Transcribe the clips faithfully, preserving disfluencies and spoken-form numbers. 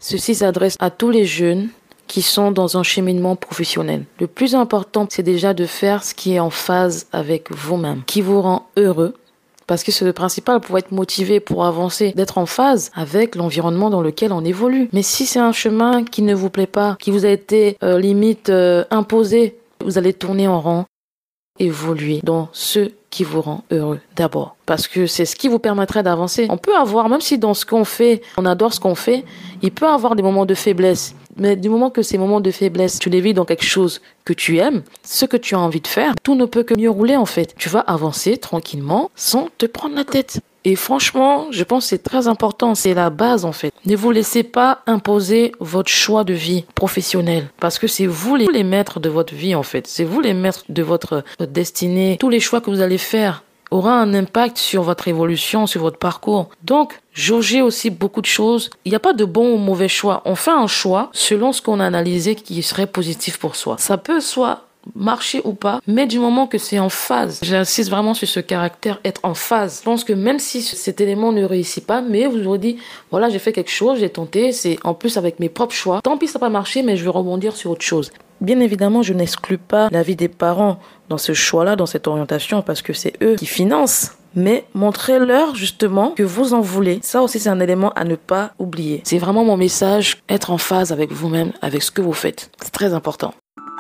Ceci s'adresse à tous les jeunes qui sont dans un cheminement professionnel. Le plus important, c'est déjà de faire ce qui est en phase avec vous-même, qui vous rend heureux, parce que c'est le principal pour être motivé, pour avancer, d'être en phase avec l'environnement dans lequel on évolue. Mais si c'est un chemin qui ne vous plaît pas, qui vous a été euh, limite euh, imposé, vous allez tourner en rond, évoluer dans ce qui vous rend heureux d'abord. Parce que c'est ce qui vous permettrait d'avancer. On peut avoir, même si dans ce qu'on fait, on adore ce qu'on fait, il peut avoir des moments de faiblesse. Mais du moment que ces moments de faiblesse, tu les vis dans quelque chose que tu aimes, ce que tu as envie de faire, tout ne peut que mieux rouler en fait. Tu vas avancer tranquillement sans te prendre la tête. Et franchement, je pense que c'est très important, c'est la base en fait. Ne vous laissez pas imposer votre choix de vie professionnel parce que c'est vous les, les maîtres de votre vie en fait. C'est vous les maîtres de votre, votre destinée. Tous les choix que vous allez faire aura un impact sur votre évolution, sur votre parcours. Donc, jaugez aussi beaucoup de choses. Il n'y a pas de bon ou mauvais choix. On fait un choix selon ce qu'on a analysé qui serait positif pour soi. Ça peut soit marcher ou pas, mais du moment que c'est en phase. J'insiste vraiment sur ce caractère, être en phase. Je pense que même si cet élément ne réussit pas, mais vous aurez dit, voilà, j'ai fait quelque chose, j'ai tenté, c'est en plus avec mes propres choix. Tant pis, ça n'a pas marché, mais je vais rebondir sur autre chose. Bien évidemment, je n'exclus pas l'avis des parents dans ce choix-là, dans cette orientation, parce que c'est eux qui financent. Mais montrez-leur justement que vous en voulez. Ça aussi, c'est un élément à ne pas oublier. C'est vraiment mon message, être en phase avec vous-même, avec ce que vous faites. C'est très important.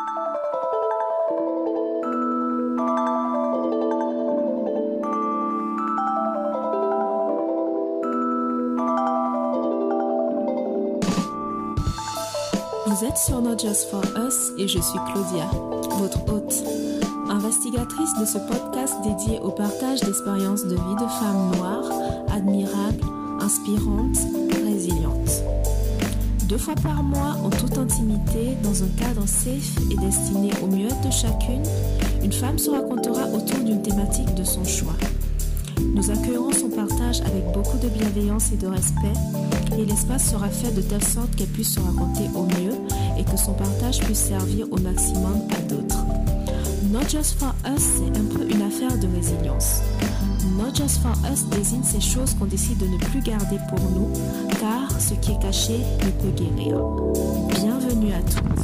Vous êtes sur Not Just For Us et je suis Claudia, votre hôte, investigatrice de ce podcast dédié au partage d'expériences de vie de femmes noires, admirables, inspirantes, résilientes. Deux fois par mois, en toute intimité, dans un cadre safe et destiné au mieux-être de chacune, une femme se racontera autour d'une thématique de son choix. Nous accueillerons son partage avec beaucoup de bienveillance et de respect et l'espace sera fait de telle sorte qu'elle puisse se raconter au mieux et que son partage puisse servir au maximum à d'autres. Not Just For Us, c'est un peu une affaire de résilience. Not Just For Us désigne ces choses qu'on décide de ne plus garder pour nous, car ce qui est caché ne peut guérir. Bienvenue à tous.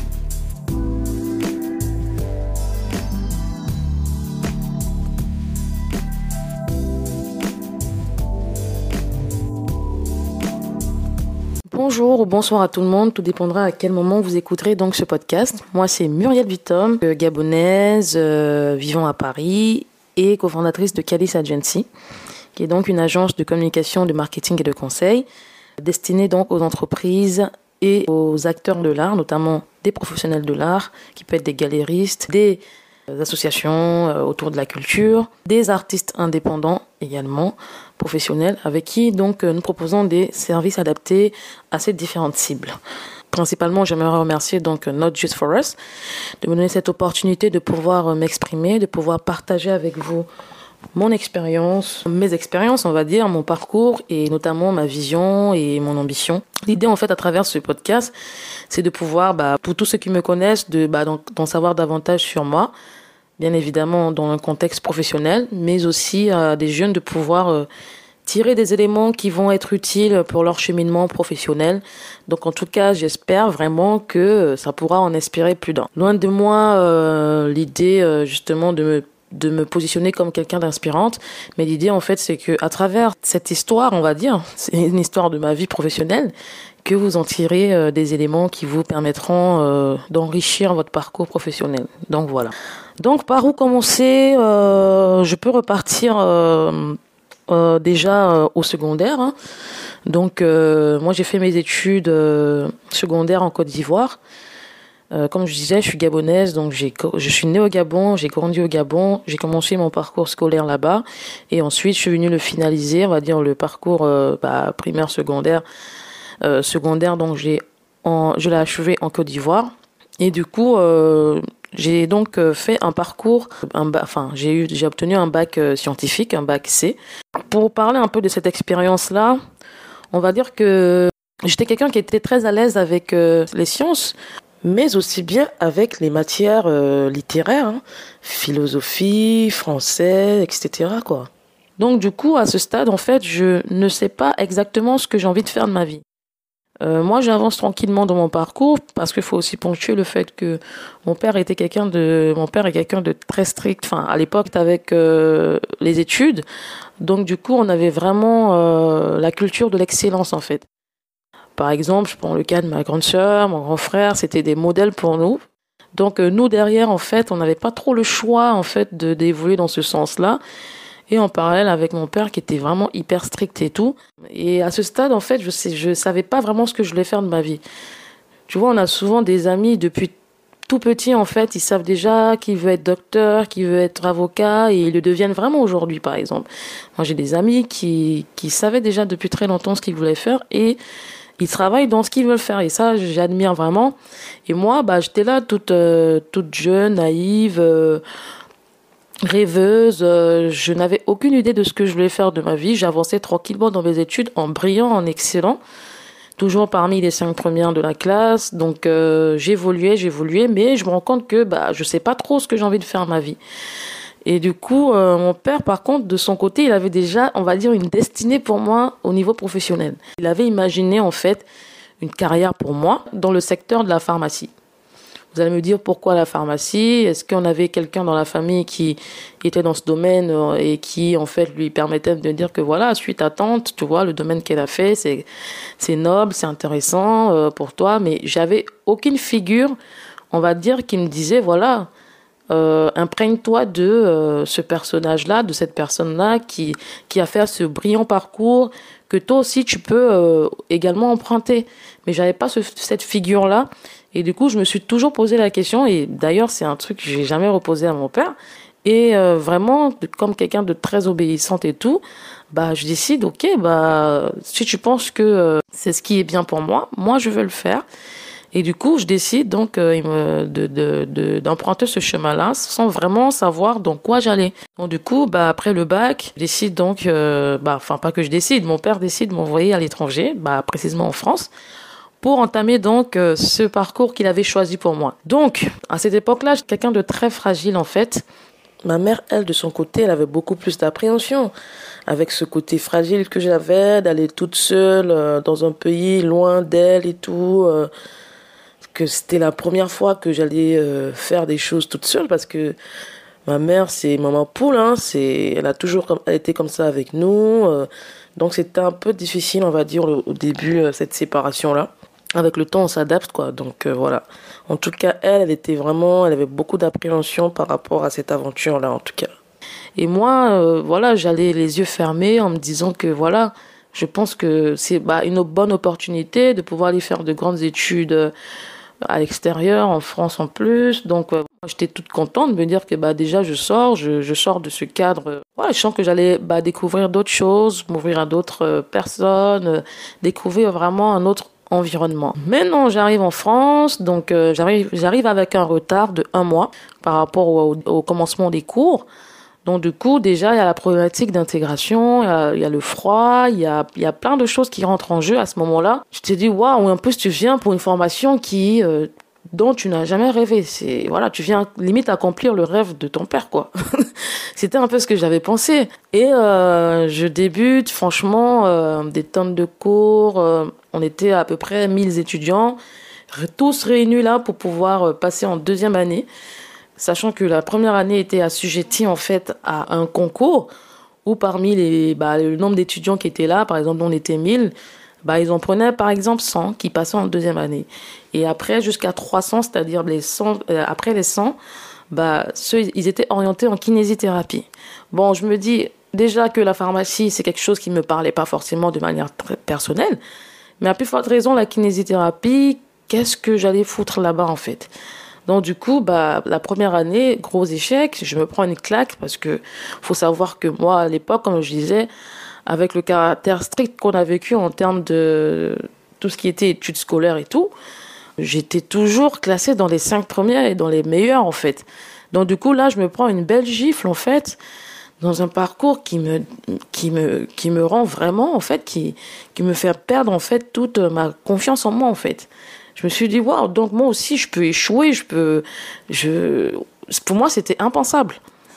Bonjour ou bonsoir à tout le monde, tout dépendra à quel moment vous écouterez donc ce podcast. Moi c'est Muriel Vitom, euh, gabonaise, euh, vivant à Paris et cofondatrice de Calis Agency, qui est donc une agence de communication, de marketing et de conseil destinée donc aux entreprises et aux acteurs de l'art, notamment des professionnels de l'art, qui peuvent être des galéristes, des associations autour de la culture, des artistes indépendants également, professionnels, avec qui donc nous proposons des services adaptés à ces différentes cibles. Principalement, j'aimerais remercier donc Not Just For Us de me donner cette opportunité de pouvoir m'exprimer, de pouvoir partager avec vous mon expérience, mes expériences, on va dire, mon parcours et notamment ma vision et mon ambition. L'idée, en fait, à travers ce podcast, c'est de pouvoir, bah, pour tous ceux qui me connaissent, de, bah, d'en, d'en savoir davantage sur moi, bien évidemment dans un contexte professionnel, mais aussi à des jeunes de pouvoir euh, tirer des éléments qui vont être utiles pour leur cheminement professionnel. Donc en tout cas, j'espère vraiment que ça pourra en inspirer plus d'un. Loin de moi euh, l'idée euh, justement de me de me positionner comme quelqu'un d'inspirante, mais l'idée en fait c'est que à travers cette histoire, on va dire, c'est une histoire de ma vie professionnelle, que vous en tirez euh, des éléments qui vous permettront euh, d'enrichir votre parcours professionnel. Donc voilà. Donc par où commencer euh, Je peux repartir euh, euh, déjà euh, au secondaire. Hein. Donc euh, moi j'ai fait mes études euh, secondaires en Côte d'Ivoire. Euh, comme je disais, je suis gabonaise, donc j'ai, je suis née au Gabon, j'ai grandi au Gabon, j'ai commencé mon parcours scolaire là-bas, et ensuite je suis venue le finaliser, on va dire le parcours euh, bah, primaire, secondaire, euh, secondaire, donc j'ai, en, je l'ai achevé en Côte d'Ivoire, et du coup, euh, j'ai donc fait un parcours, un ba- enfin j'ai eu, j'ai obtenu un bac euh, scientifique, un bac C. Pour parler un peu de cette expérience-là, on va dire que j'étais quelqu'un qui était très à l'aise avec euh, les sciences, mais aussi bien avec les matières euh, littéraires, hein, philosophie, français, et cetera, quoi. Donc du coup, à ce stade, en fait, je ne sais pas exactement ce que j'ai envie de faire de ma vie. Euh, moi, j'avance tranquillement dans mon parcours parce qu'il faut aussi ponctuer le fait que mon père était quelqu'un de, mon père est quelqu'un de très strict. Enfin, à l'époque, avec euh, les études, donc du coup, on avait vraiment euh, la culture de l'excellence en fait. Par exemple, je prends le cas de ma grande sœur, mon grand frère, c'était des modèles pour nous. Donc euh, nous derrière, en fait, on n'avait pas trop le choix en fait de d'évoluer dans ce sens-là. Et en parallèle avec mon père qui était vraiment hyper strict et tout. Et à ce stade, en fait, je sais, je savais pas vraiment ce que je voulais faire de ma vie. Tu vois, on a souvent des amis depuis tout petit, en fait, ils savent déjà qu'ils veulent être docteur, qu'ils veulent être avocat, et ils le deviennent vraiment aujourd'hui, par exemple. Moi, j'ai des amis qui, qui savaient déjà depuis très longtemps ce qu'ils voulaient faire, et ils travaillent dans ce qu'ils veulent faire. Et ça, j'admire vraiment. Et moi, bah, j'étais là toute, euh, toute jeune, naïve, euh, rêveuse, euh, je n'avais aucune idée de ce que je voulais faire de ma vie. J'avançais tranquillement dans mes études en brillant, en excellant, toujours parmi les cinq premières de la classe. Donc euh, j'évoluais, j'évoluais, mais je me rends compte que bah je sais pas trop ce que j'ai envie de faire de ma vie. Et du coup, euh, mon père, par contre, de son côté, il avait déjà, on va dire, une destinée pour moi au niveau professionnel. Il avait imaginé en fait une carrière pour moi dans le secteur de la pharmacie. Vous allez me dire pourquoi la pharmacie? Est-ce qu'on avait quelqu'un dans la famille qui était dans ce domaine et qui, en fait, lui permettait de dire que voilà, suis ta tante, tu vois, le domaine qu'elle a fait, c'est, c'est noble, c'est intéressant euh, pour toi. Mais j'avais aucune figure, on va dire, qui me disait, voilà, euh, imprègne-toi de euh, ce personnage-là, de cette personne-là qui, qui a fait ce brillant parcours que toi aussi, tu peux euh, également emprunter. Mais j'avais pas ce, cette figure-là. Et du coup, je me suis toujours posé la question, et d'ailleurs, c'est un truc que j'ai jamais reposé à mon père. Et euh, vraiment, comme quelqu'un de très obéissante et tout, bah, je décide, ok, bah, si tu penses que euh, c'est ce qui est bien pour moi, moi, je veux le faire. Et du coup, je décide donc euh, de, de, de, d'emprunter ce chemin-là sans vraiment savoir dans quoi j'allais. Donc du coup, bah, après le bac, je décide donc, euh, bah, enfin pas que je décide, mon père décide de m'envoyer à l'étranger, bah, précisément en France, pour entamer donc euh, ce parcours qu'il avait choisi pour moi. Donc, à cette époque-là, j'étais quelqu'un de très fragile en fait. Ma mère, elle, de son côté, elle avait beaucoup plus d'appréhension avec ce côté fragile que j'avais, d'aller toute seule euh, dans un pays loin d'elle et tout, euh, que c'était la première fois que j'allais euh, faire des choses toute seule parce que ma mère, c'est maman poule, hein, c'est, elle a toujours comme, elle été comme ça avec nous, euh, donc c'était un peu difficile, on va dire, au, au début, euh, cette séparation-là. Avec le temps, on s'adapte, quoi. Donc euh, voilà. En tout cas, elle, elle était vraiment, elle avait beaucoup d'appréhension par rapport à cette aventure-là, en tout cas. Et moi, euh, voilà, j'allais les yeux fermés en me disant que voilà, je pense que c'est bah, une bonne opportunité de pouvoir aller faire de grandes études euh, à l'extérieur, en France en plus. Donc, euh, moi, j'étais toute contente de me dire que bah déjà, je sors, je, je sors de ce cadre. Euh, voilà, je sens que j'allais bah, découvrir d'autres choses, m'ouvrir à d'autres euh, personnes, euh, découvrir vraiment un autre environnement. Maintenant, j'arrive en France, donc euh, j'arrive, j'arrive avec un retard de un mois par rapport au, au commencement des cours. Donc du coup, déjà, il y a la problématique d'intégration, il y a, il y a le froid, il y a, il y a plein de choses qui rentrent en jeu à ce moment-là. Je te dis, waouh, en plus tu viens pour une formation qui, euh, dont tu n'as jamais rêvé. C'est, voilà, tu viens limite accomplir le rêve de ton père, quoi. C'était un peu ce que j'avais pensé. Et euh, je débute, franchement, euh, des tonnes de cours. Euh, on était à peu près mille étudiants, tous réunis là pour pouvoir passer en deuxième année, sachant que la première année était assujettie en fait à un concours où parmi les, bah, le nombre d'étudiants qui étaient là, par exemple, on était mille, bah, ils en prenaient par exemple cent qui passaient en deuxième année. Et après, jusqu'à trois cents, c'est-à-dire les cent, euh, après les cent, bah, ceux, ils étaient orientés en kinésithérapie. Bon, je me dis déjà que la pharmacie, c'est quelque chose qui ne me parlait pas forcément de manière très personnelle. Mais à plus forte raison, la kinésithérapie, qu'est-ce que j'allais foutre là-bas en fait? Donc du coup, bah, la première année, gros échec, je me prends une claque parce que faut savoir que moi, à l'époque, comme je disais, avec le caractère strict qu'on a vécu en termes de tout ce qui était études scolaires et tout, j'étais toujours classée dans les cinq premières et dans les meilleures en fait. Donc du coup, là, je me prends une belle gifle en fait, dans un parcours qui me qui me qui me rend vraiment en fait qui qui me fait perdre en fait toute ma confiance en moi en fait. Je me suis dit waouh, donc moi aussi je peux échouer, je peux je pour moi c'était impensable.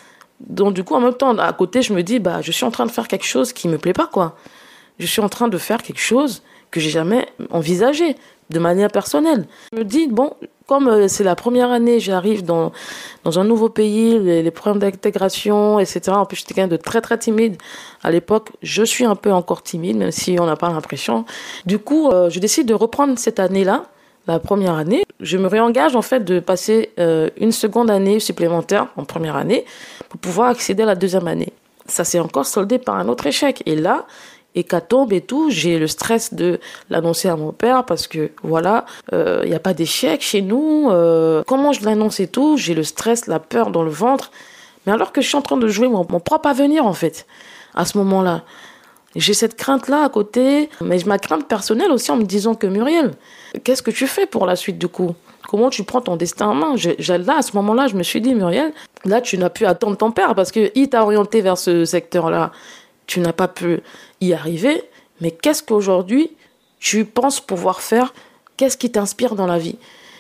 Donc du coup en même temps à côté je me dis bah je suis en train de faire quelque chose qui me plaît pas quoi. Je suis en train de faire quelque chose que j'ai jamais envisagé de manière personnelle. Je me dis, bon, comme c'est la première année, j'arrive dans, dans un nouveau pays, les, les problèmes d'intégration, et cetera. En plus, j'étais quelqu'un de très, très timide. À l'époque, je suis un peu encore timide, même si on n'a pas l'impression. Du coup, euh, je décide de reprendre cette année-là, la première année. Je me réengage, en fait, de passer euh, une seconde année supplémentaire en première année pour pouvoir accéder à la deuxième année. Ça s'est encore soldé par un autre échec. Et là, hécatombe et tout, j'ai le stress de l'annoncer à mon père parce que voilà, il euh, n'y a pas d'échec chez nous, euh, comment je l'annonce et tout, j'ai le stress, la peur dans le ventre, mais alors que je suis en train de jouer mon, mon propre avenir en fait, à ce moment-là. J'ai cette crainte-là à côté, mais ma crainte personnelle aussi en me disant que Muriel, qu'est-ce que tu fais pour la suite du coup ? Comment tu prends ton destin en main ? J'ai, là, à ce moment-là, je me suis dit, Muriel, là, tu n'as pu attendre ton père parce qu'il t'a orienté vers ce secteur-là. Tu n'as pas pu y arriver, mais qu'est-ce qu'aujourd'hui tu penses pouvoir faire ? Qu'est-ce qui t'inspire dans la vie ?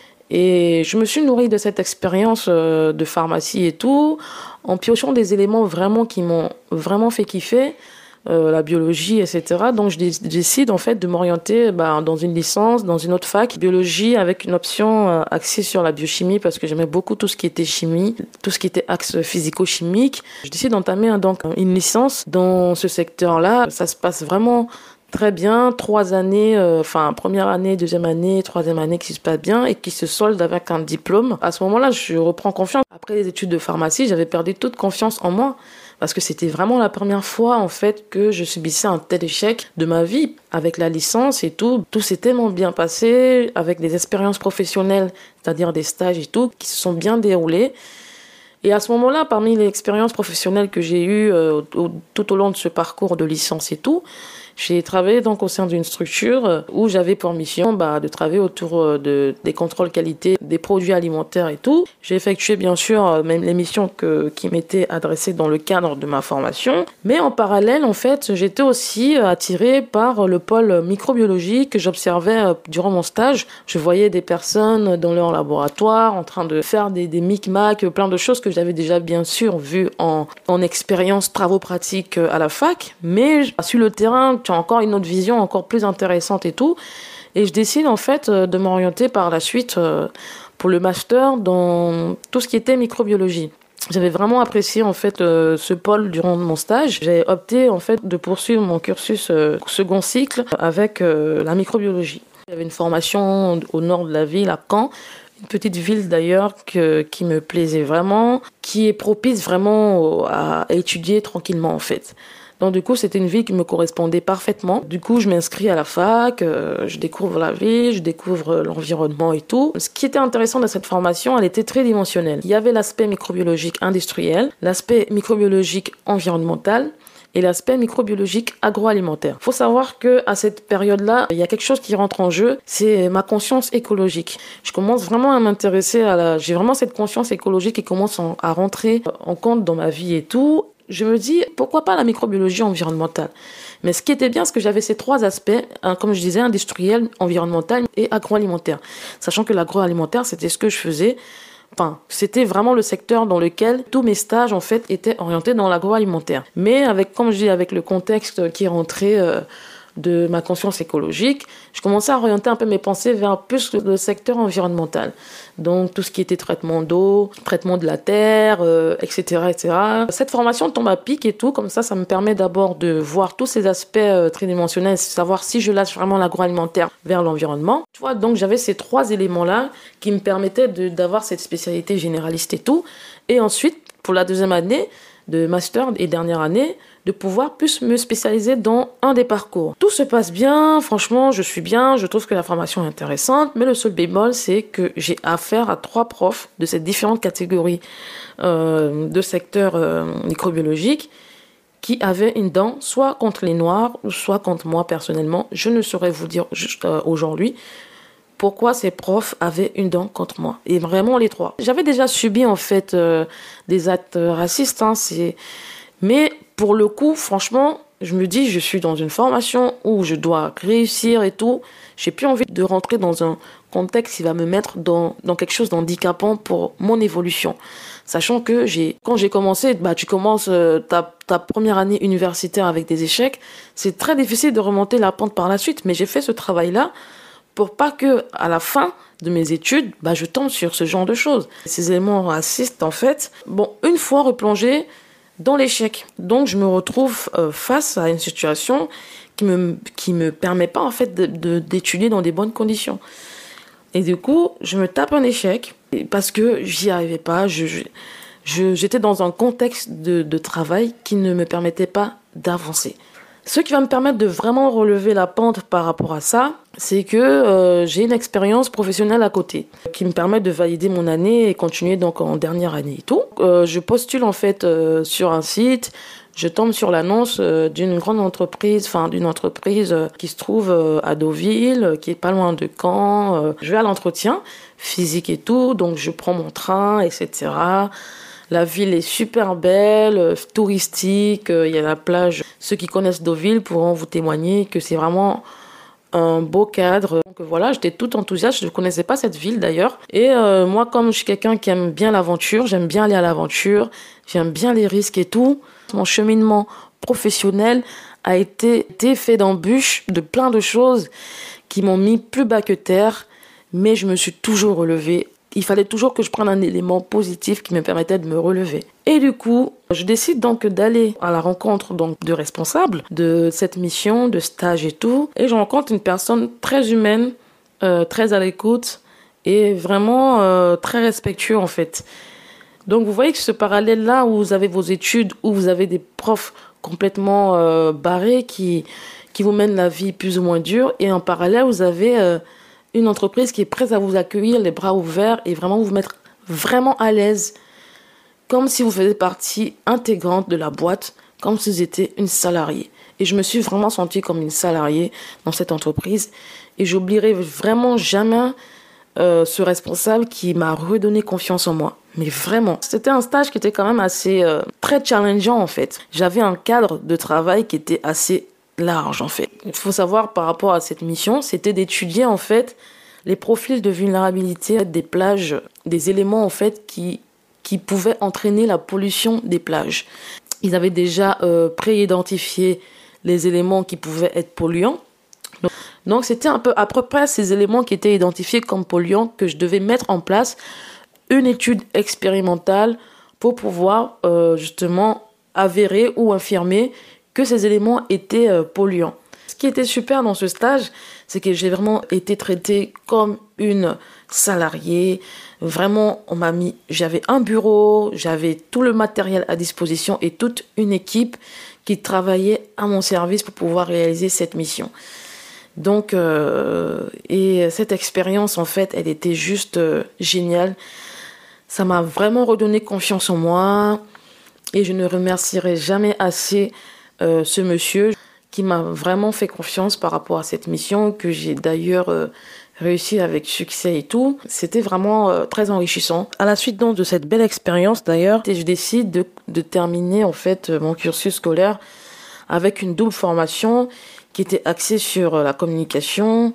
Et je me suis nourrie de cette expérience de pharmacie et tout, en piochant des éléments vraiment qui m'ont vraiment fait kiffer, euh, la biologie, et cetera. Donc je dé- décide en fait de m'orienter bah, dans une licence, dans une autre fac, biologie avec une option euh, axée sur la biochimie parce que j'aimais beaucoup tout ce qui était chimie, tout ce qui était axe physico-chimique. Je décide d'entamer hein, donc une licence dans ce secteur-là. Ça se passe vraiment très bien, trois années, enfin euh, première année, deuxième année, troisième année qui se passe bien et qui se solde avec un diplôme. À ce moment-là, je reprends confiance. Après les études de pharmacie, j'avais perdu toute confiance en moi parce que c'était vraiment la première fois en fait que je subissais un tel échec de ma vie avec la licence et tout. Tout s'est tellement bien passé avec des expériences professionnelles, c'est-à-dire des stages et tout, qui se sont bien déroulés. Et à ce moment-là, parmi les expériences professionnelles que j'ai eues euh, au, tout au long de ce parcours de licence et tout, j'ai travaillé donc au sein d'une structure où j'avais pour mission bah, de travailler autour de, des contrôles qualité des produits alimentaires et tout. J'ai effectué bien sûr même les missions que, qui m'étaient adressées dans le cadre de ma formation. Mais en parallèle, en fait, j'étais aussi attirée par le pôle microbiologie que j'observais durant mon stage. Je voyais des personnes dans leur laboratoire en train de faire des, des micmacs, plein de choses que j'avais déjà bien sûr vues en, en expérience, travaux pratiques à la fac. Mais sur le terrain, tu as encore une autre vision encore plus intéressante et tout. Et je décide en fait de m'orienter par la suite pour le master dans tout ce qui était microbiologie. J'avais vraiment apprécié en fait ce pôle durant mon stage. J'ai opté en fait de poursuivre mon cursus second cycle avec la microbiologie. J'avais une formation au nord de la ville, à Caen, une petite ville d'ailleurs que, qui me plaisait vraiment, qui est propice vraiment à, à étudier tranquillement en fait. Donc du coup, c'était une ville qui me correspondait parfaitement. Du coup, je m'inscris à la fac, euh, je découvre la ville, je découvre l'environnement et tout. Ce qui était intéressant dans cette formation, elle était très dimensionnelle. Il y avait l'aspect microbiologique industriel, l'aspect microbiologique environnemental et l'aspect microbiologique agroalimentaire. Il faut savoir que à cette période-là, il y a quelque chose qui rentre en jeu, c'est ma conscience écologique. Je commence vraiment à m'intéresser à la... J'ai vraiment cette conscience écologique qui commence à rentrer en compte dans ma vie et tout. Je me dis, pourquoi pas la microbiologie environnementale ? Mais ce qui était bien, c'est que j'avais ces trois aspects, hein, comme je disais, industriel, environnemental et agroalimentaire. Sachant que l'agroalimentaire, c'était ce que je faisais. Enfin, c'était vraiment le secteur dans lequel tous mes stages, en fait, étaient orientés dans l'agroalimentaire. Mais avec, comme je dis, avec le contexte qui est rentré euh, de ma conscience écologique, je commençais à orienter un peu mes pensées vers plus le secteur environnemental. Donc, tout ce qui était traitement d'eau, traitement de la terre, euh, et cetera, et cetera. Cette formation tombe à pic et tout, comme ça, ça me permet d'abord de voir tous ces aspects euh, tridimensionnels, savoir si je lâche vraiment l'agroalimentaire vers l'environnement. Tu vois, donc j'avais ces trois éléments-là qui me permettaient de, d'avoir cette spécialité généraliste et tout. Et ensuite, pour la deuxième année de master et dernière année, de pouvoir plus me spécialiser dans un des parcours. Tout se passe bien, franchement, je suis bien, je trouve que la formation est intéressante, mais le seul bémol, c'est que j'ai affaire à trois profs de ces différentes catégories euh, de secteurs euh, microbiologiques qui avaient une dent soit contre les Noirs, ou soit contre moi personnellement. Je ne saurais vous dire juste, euh, aujourd'hui pourquoi ces profs avaient une dent contre moi. Et vraiment les trois. J'avais déjà subi en fait euh, des actes racistes, hein, c'est... mais pour le coup, franchement, Je me dis, je suis dans une formation où je dois réussir et tout. J'ai plus envie de rentrer dans un contexte qui va me mettre dans, dans quelque chose d'handicapant pour mon évolution. Sachant que j'ai, quand j'ai commencé, bah, tu commences euh, ta, ta première année universitaire avec des échecs. C'est très difficile de remonter la pente par la suite. Mais j'ai fait ce travail-là pour pas que, à la fin de mes études, bah, je tombe sur ce genre de choses. Ces éléments racistes, en fait, bon, une fois replongé dans l'échec. Donc, je me retrouve euh, face à une situation qui me, qui me permet pas, en fait, de, de, d'étudier dans des bonnes conditions. Et du coup, je me tape un échec parce que j'y arrivais pas. Je, je, je, j'étais dans un contexte de, de travail qui ne me permettait pas d'avancer. Ce qui va me permettre de vraiment relever la pente par rapport à ça, c'est que euh, j'ai une expérience professionnelle à côté qui me permet de valider mon année et continuer donc en dernière année et tout. Euh, je postule en fait euh, sur un site, je tombe sur l'annonce euh, d'une grande entreprise, enfin d'une entreprise euh, qui se trouve euh, à Deauville, euh, qui est pas loin de Caen. Euh, je vais à l'entretien physique et tout, donc je prends mon train, et cetera. La ville est super belle, euh, touristique, il euh, y a la plage. Ceux qui connaissent Deauville pourront vous témoigner que c'est vraiment un beau cadre. Donc voilà, j'étais toute enthousiaste, je ne connaissais pas cette ville d'ailleurs. Et euh, moi, comme je suis quelqu'un qui aime bien l'aventure, j'aime bien aller à l'aventure, j'aime bien les risques et tout. Mon cheminement professionnel a été, été fait d'embûches, de plein de choses qui m'ont mis plus bas que terre, mais je me suis toujours relevée. Il fallait toujours que je prenne un élément positif qui me permettait de me relever. Et du coup, je décide donc d'aller à la rencontre donc de responsables de cette mission, de stage et tout. Et je rencontre une personne très humaine, euh, très à l'écoute et vraiment euh, très respectueux en fait. Donc vous voyez que ce parallèle-là où vous avez vos études, où vous avez des profs complètement euh, barrés qui, qui vous mènent la vie plus ou moins dure. Et en parallèle, vous avez... Euh, une entreprise qui est prête à vous accueillir les bras ouverts et vraiment vous mettre vraiment à l'aise, comme si vous faisiez partie intégrante de la boîte, comme si vous étiez une salariée. Et je me suis vraiment sentie comme une salariée dans cette entreprise. Et j'oublierai vraiment jamais euh, ce responsable qui m'a redonné confiance en moi. Mais vraiment, c'était un stage qui était quand même assez euh, très challengeant en fait. J'avais un cadre de travail qui était assez large en fait. Il faut savoir par rapport à cette mission, c'était d'étudier en fait les profils de vulnérabilité des plages, des éléments en fait qui qui pouvaient entraîner la pollution des plages. Ils avaient déjà euh, pré-identifié les éléments qui pouvaient être polluants. Donc, donc c'était un peu à peu près ces éléments qui étaient identifiés comme polluants que je devais mettre en place une étude expérimentale pour pouvoir euh, justement avérer ou infirmer que ces éléments étaient euh, polluants. Ce qui était super dans ce stage, c'est que j'ai vraiment été traitée comme une salariée. Vraiment, on m'a mis, j'avais un bureau, j'avais tout le matériel à disposition et toute une équipe qui travaillait à mon service pour pouvoir réaliser cette mission. Donc, euh, et cette expérience, en fait, elle était juste euh, géniale. Ça m'a vraiment redonné confiance en moi et je ne remercierai jamais assez Euh, ce monsieur qui m'a vraiment fait confiance par rapport à cette mission que j'ai d'ailleurs euh, réussi avec succès et tout. C'était vraiment euh, très enrichissant. À la suite donc de cette belle expérience d'ailleurs, je décide de, de terminer en fait mon cursus scolaire avec une double formation qui était axée sur la communication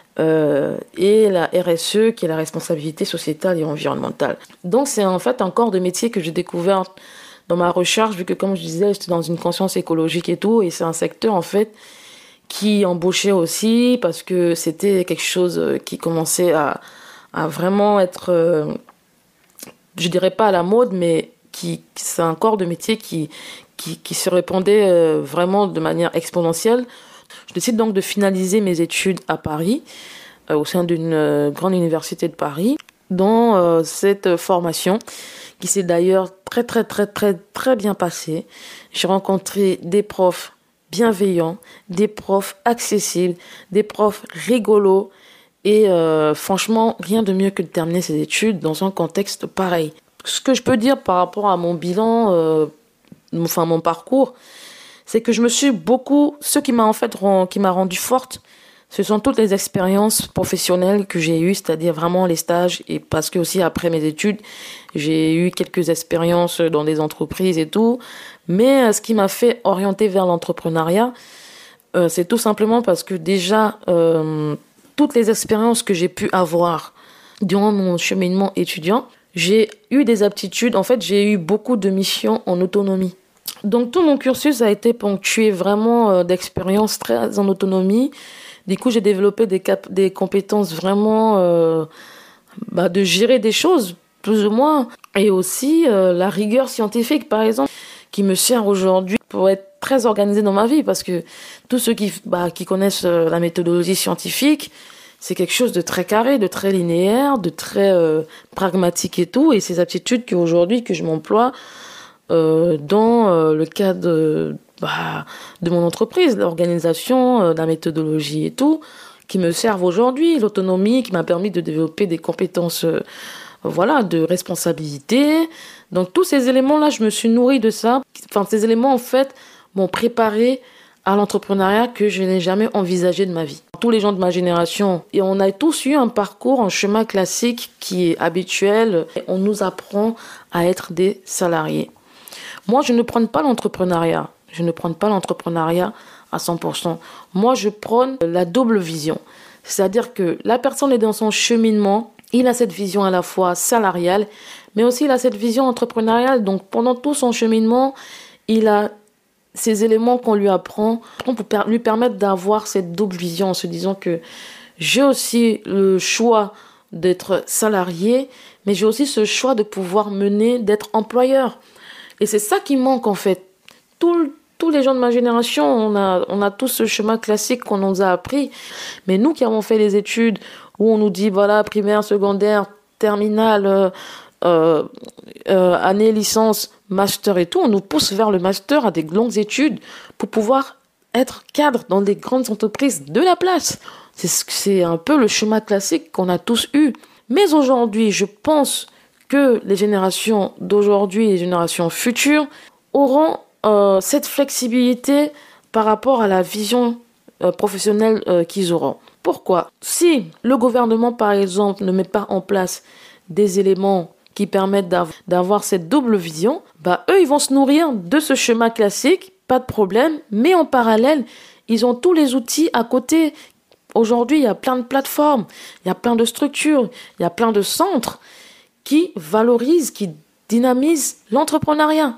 euh, et la R S E qui est la responsabilité sociétale et environnementale. Donc c'est en fait un corps de métier que j'ai découvert dans ma recherche, vu que comme je disais, j'étais dans une conscience écologique et tout, et c'est un secteur en fait qui embauchait aussi parce que c'était quelque chose qui commençait à, à vraiment être, euh, je dirais pas à la mode, mais qui, c'est un corps de métier qui, qui, qui se répandait euh, vraiment de manière exponentielle. Je décide donc de finaliser mes études à Paris, euh, au sein d'une euh, grande université de Paris, dans euh, cette formation qui s'est d'ailleurs très très très très très bien passée. J'ai rencontré des profs bienveillants, des profs accessibles, des profs rigolos et euh, franchement rien de mieux que de terminer ses études dans un contexte pareil. Ce que je peux dire par rapport à mon bilan, euh, enfin mon parcours, c'est que je me suis beaucoup, ce qui m'a en fait qui m'a rendu forte, ce sont toutes les expériences professionnelles que j'ai eues, c'est-à-dire vraiment les stages, et parce que aussi après mes études, j'ai eu quelques expériences dans des entreprises et tout, Mais euh, ce qui m'a fait orienter vers l'entrepreneuriat, euh, c'est tout simplement parce que déjà, euh, toutes les expériences que j'ai pu avoir durant mon cheminement étudiant, j'ai eu des aptitudes. En fait, j'ai eu beaucoup de missions en autonomie. Donc, tout mon cursus a été ponctué vraiment euh, d'expériences très en autonomie. Du coup, j'ai développé des, cap- des compétences vraiment euh, bah, de gérer des choses, plus ou moins. Et aussi euh, la rigueur scientifique, par exemple, qui me sert aujourd'hui pour être très organisée dans ma vie. Parce que tous ceux qui, bah, qui connaissent euh, la méthodologie scientifique, c'est quelque chose de très carré, de très linéaire, de très euh, pragmatique et tout. Et ces aptitudes qu'aujourd'hui, que je m'emploie euh, dans euh, le cadre de, bah, de mon entreprise, l'organisation, euh, la méthodologie et tout, qui me servent aujourd'hui, l'autonomie qui m'a permis de développer des compétences euh, voilà, de responsabilité. Donc tous ces éléments-là, je me suis nourrie de ça. Enfin, ces éléments, en fait, m'ont préparé à l'entrepreneuriat que je n'ai jamais envisagé de ma vie. Tous les gens de ma génération, et on a tous eu un parcours, un chemin classique qui est habituel. On nous apprend à être des salariés. Moi, je ne prône pas l'entrepreneuriat. Je ne prône pas l'entrepreneuriat à cent pour cent. Moi, je prône la double vision. C'est-à-dire que la personne est dans son cheminement. Il a cette vision à la fois salariale, mais aussi il a cette vision entrepreneuriale. Donc, pendant tout son cheminement, il a ces éléments qu'on lui apprend pour lui permettre d'avoir cette double vision en se disant que j'ai aussi le choix d'être salarié, mais j'ai aussi ce choix de pouvoir mener, d'être employeur. Et c'est ça qui manque en fait. Tout, tous les gens de ma génération, on a, on a tous ce chemin classique qu'on nous a appris. Mais nous qui avons fait les études où on nous dit, voilà, primaire, secondaire, terminale, euh, euh, euh, année, licence, master et tout, on nous pousse vers le master à des longues études pour pouvoir être cadre dans des grandes entreprises de la place. C'est, c'est un peu le chemin classique qu'on a tous eu. Mais aujourd'hui, je pense que les générations d'aujourd'hui et les générations futures auront euh, cette flexibilité par rapport à la vision euh, professionnelle euh, qu'ils auront. Pourquoi ? Si le gouvernement, par exemple, ne met pas en place des éléments qui permettent d'av- d'avoir cette double vision, bah eux, ils vont se nourrir de ce schéma classique, pas de problème, mais en parallèle, ils ont tous les outils à côté. Aujourd'hui, il y a plein de plateformes, il y a plein de structures, il y a plein de centres qui valorisent, qui dynamisent l'entrepreneuriat.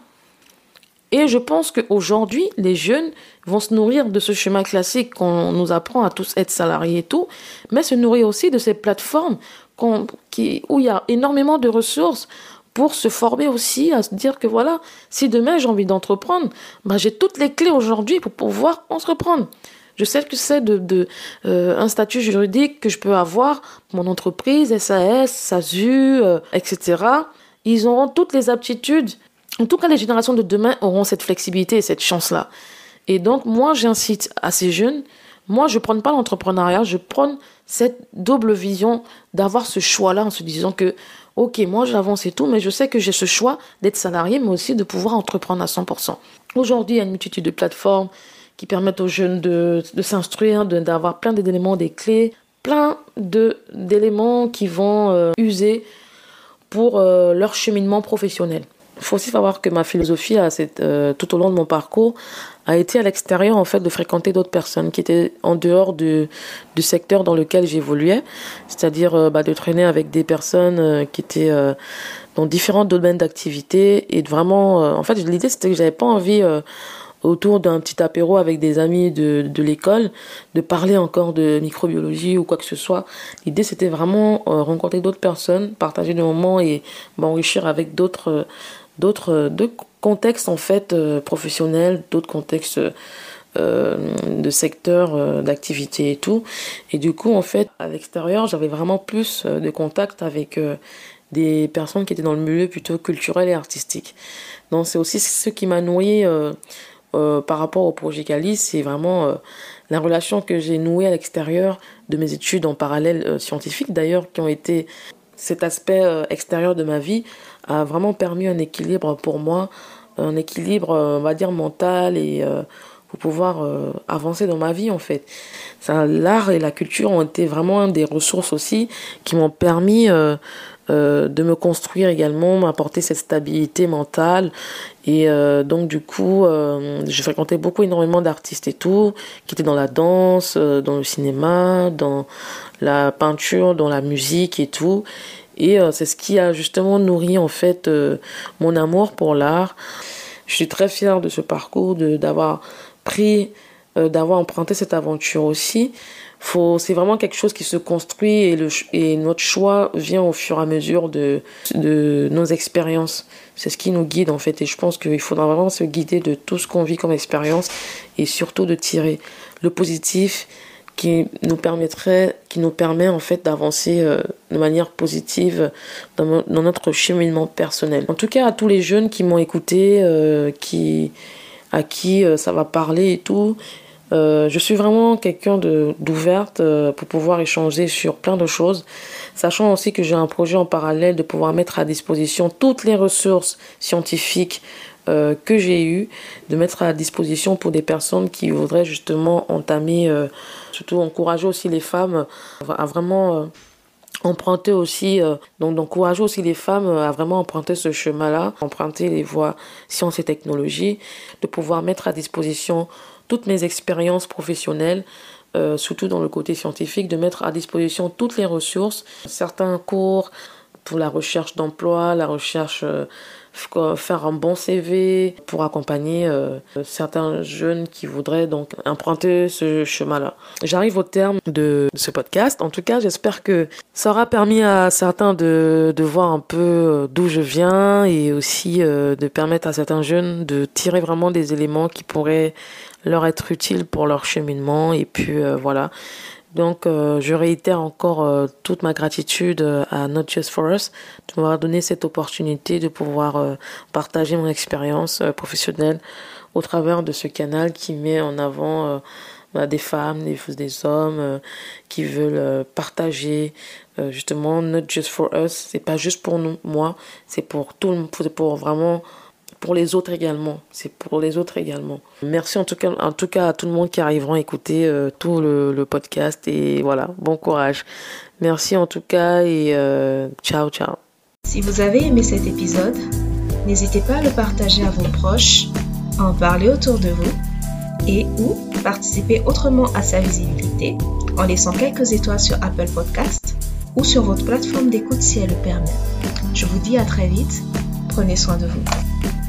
Et je pense qu'aujourd'hui, les jeunes vont se nourrir de ce schéma classique qu'on nous apprend à tous être salariés et tout, mais se nourrir aussi de ces plateformes qu'on, qui, où il y a énormément de ressources pour se former aussi, à se dire que voilà, si demain j'ai envie d'entreprendre, bah j'ai toutes les clés aujourd'hui pour pouvoir entreprendre. Je sais que c'est de, de, euh, un statut juridique que je peux avoir pour mon entreprise, S A S, S A S U, euh, et cetera. Ils auront toutes les aptitudes. En tout cas, les générations de demain auront cette flexibilité et cette chance-là. Et donc, moi, j'incite à ces jeunes, moi, je ne prône pas l'entrepreneuriat, je prône cette double vision d'avoir ce choix-là en se disant que, ok, moi, j'avance et tout, mais je sais que j'ai ce choix d'être salarié, mais aussi de pouvoir entreprendre à cent pour cent. Aujourd'hui, il y a une multitude de plateformes qui permettent aux jeunes de, de s'instruire, de, d'avoir plein d'éléments, des clés, plein de, d'éléments qui vont euh, user pour euh, leur cheminement professionnel. Il faut aussi savoir que ma philosophie à cette, euh, tout au long de mon parcours a été à l'extérieur en fait de fréquenter d'autres personnes qui étaient en dehors du, du secteur dans lequel j'évoluais, c'est-à-dire euh, bah, de traîner avec des personnes euh, qui étaient euh, dans différents domaines d'activité et de vraiment, euh, en fait l'idée c'était que j'avais pas envie euh, autour d'un petit apéro avec des amis de, de l'école, de parler encore de microbiologie ou quoi que ce soit. L'idée, c'était vraiment euh, rencontrer d'autres personnes, partager des moments et m'enrichir avec d'autres, euh, d'autres, euh, d'autres contextes en fait euh, professionnels, d'autres contextes euh, de secteurs euh, d'activité et tout. Et du coup, en fait, à l'extérieur, j'avais vraiment plus euh, de contact avec euh, des personnes qui étaient dans le milieu plutôt culturel et artistique. Donc, c'est aussi ce qui m'a nourri euh, Euh, par rapport au projet Calice, c'est vraiment euh, la relation que j'ai nouée à l'extérieur de mes études en parallèle euh, scientifiques d'ailleurs, qui ont été cet aspect euh, extérieur de ma vie, a vraiment permis un équilibre pour moi, un équilibre, euh, on va dire, mental et euh, pour pouvoir euh, avancer dans ma vie en fait. Ça, l'art et la culture ont été vraiment des ressources aussi qui m'ont permis euh, euh, de me construire également, m'apporter cette stabilité mentale. Et euh, donc du coup, euh, j'ai fréquenté beaucoup énormément d'artistes et tout, qui étaient dans la danse, euh, dans le cinéma, dans la peinture, dans la musique et tout. Et euh, c'est ce qui a justement nourri en fait euh, mon amour pour l'art. Je suis très fière de ce parcours, de, d'avoir pris, euh, d'avoir emprunté cette aventure aussi. Faut, c'est vraiment quelque chose qui se construit et, le, et notre choix vient au fur et à mesure de, de nos expériences. C'est ce qui nous guide en fait. Et je pense qu'il faudra vraiment se guider de tout ce qu'on vit comme expérience et surtout de tirer le positif qui nous permettrait, qui nous permet en fait d'avancer euh, de manière positive dans, dans notre cheminement personnel. En tout cas, à tous les jeunes qui m'ont écouté, euh, qui, à qui euh, ça va parler et tout, euh, je suis vraiment quelqu'un de, d'ouverte euh, pour pouvoir échanger sur plein de choses, sachant aussi que j'ai un projet en parallèle de pouvoir mettre à disposition toutes les ressources scientifiques Euh, que j'ai eu, de mettre à disposition pour des personnes qui voudraient justement entamer, euh, surtout encourager aussi les femmes à vraiment euh, emprunter aussi, euh, donc d'encourager aussi les femmes à vraiment emprunter ce chemin-là, emprunter les voies sciences et technologies, de pouvoir mettre à disposition toutes mes expériences professionnelles, euh, surtout dans le côté scientifique, de mettre à disposition toutes les ressources, certains cours pour la recherche d'emploi, la recherche euh, faire un bon C V pour accompagner euh, certains jeunes qui voudraient donc emprunter ce chemin-là. J'arrive au terme de ce podcast. En tout cas, j'espère que ça aura permis à certains de, de voir un peu d'où je viens et aussi euh, de permettre à certains jeunes de tirer vraiment des éléments qui pourraient leur être utiles pour leur cheminement. Et puis euh, voilà. Donc, euh, je réitère encore euh, toute ma gratitude euh, à Not Just For Us de m'avoir donné cette opportunité de pouvoir euh, partager mon expérience euh, professionnelle au travers de ce canal qui met en avant euh, bah, des femmes, des, des hommes euh, qui veulent euh, partager euh, justement Not Just For Us. C'est pas juste pour nous, moi, c'est pour tout le monde, c'est pour vraiment pour les autres également. C'est pour les autres également. Merci en tout cas, en tout cas à tout le monde qui arriveront à écouter euh, tout le, le podcast. Et voilà, bon courage. Merci en tout cas et euh, ciao, ciao. Si vous avez aimé cet épisode, n'hésitez pas à le partager à vos proches, à en parler autour de vous et ou participer autrement à sa visibilité en laissant quelques étoiles sur Apple Podcasts ou sur votre plateforme d'écoute si elle le permet. Je vous dis à très vite. Prenez soin de vous.